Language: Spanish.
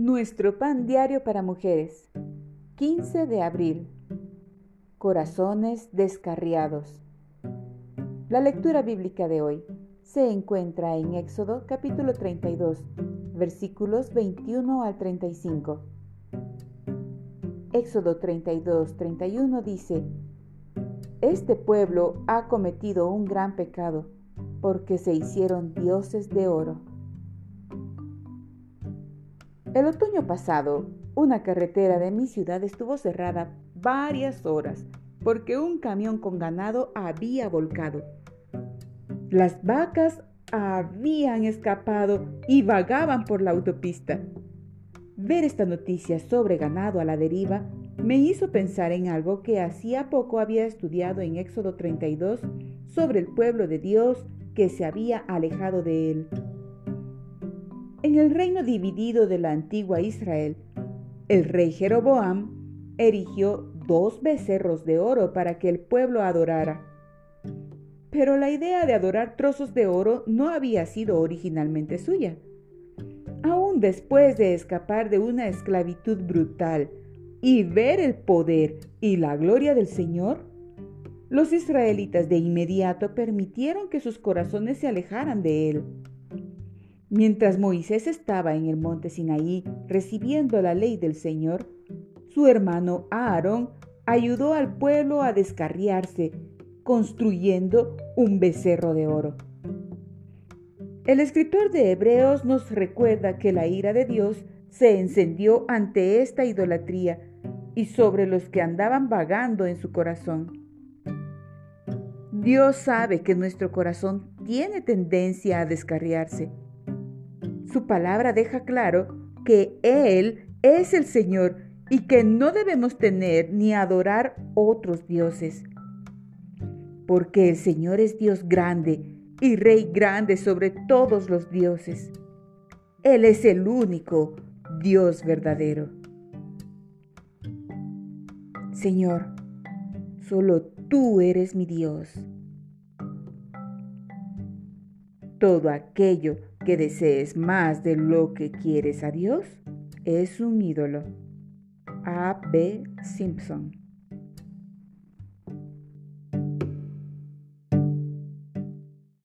Nuestro pan diario para mujeres. 15 de abril. Corazones descarriados. La lectura bíblica de hoy se encuentra en Éxodo capítulo 32, versículos 21 al 35. Éxodo 32, 31 dice: Este pueblo ha cometido un gran pecado, porque se hicieron dioses de oro. El otoño pasado, una carretera de mi ciudad estuvo cerrada varias horas porque un camión con ganado había volcado. Las vacas habían escapado y vagaban por la autopista. Ver esta noticia sobre ganado a la deriva me hizo pensar en algo que hacía poco había estudiado en Éxodo 32 sobre el pueblo de Dios que se había alejado de él. En el reino dividido de la antigua Israel, el rey Jeroboam erigió 2 becerros de oro para que el pueblo adorara. Pero la idea de adorar trozos de oro no había sido originalmente suya. Aún después de escapar de una esclavitud brutal y ver el poder y la gloria del Señor, los israelitas de inmediato permitieron que sus corazones se alejaran de Él. Mientras Moisés estaba en el monte Sinaí recibiendo la ley del Señor, su hermano Aarón ayudó al pueblo a descarriarse, construyendo un becerro de oro. El escritor de Hebreos nos recuerda que la ira de Dios se encendió ante esta idolatría y sobre los que andaban vagando en su corazón. Dios sabe que nuestro corazón tiene tendencia a descarriarse. Su palabra deja claro que Él es el Señor y que no debemos tener ni adorar otros dioses. Porque el Señor es Dios grande y Rey grande sobre todos los dioses. Él es el único Dios verdadero. Señor, solo tú eres mi Dios. Todo aquello que desees más de lo que quieres a Dios es un ídolo. A. B. Simpson.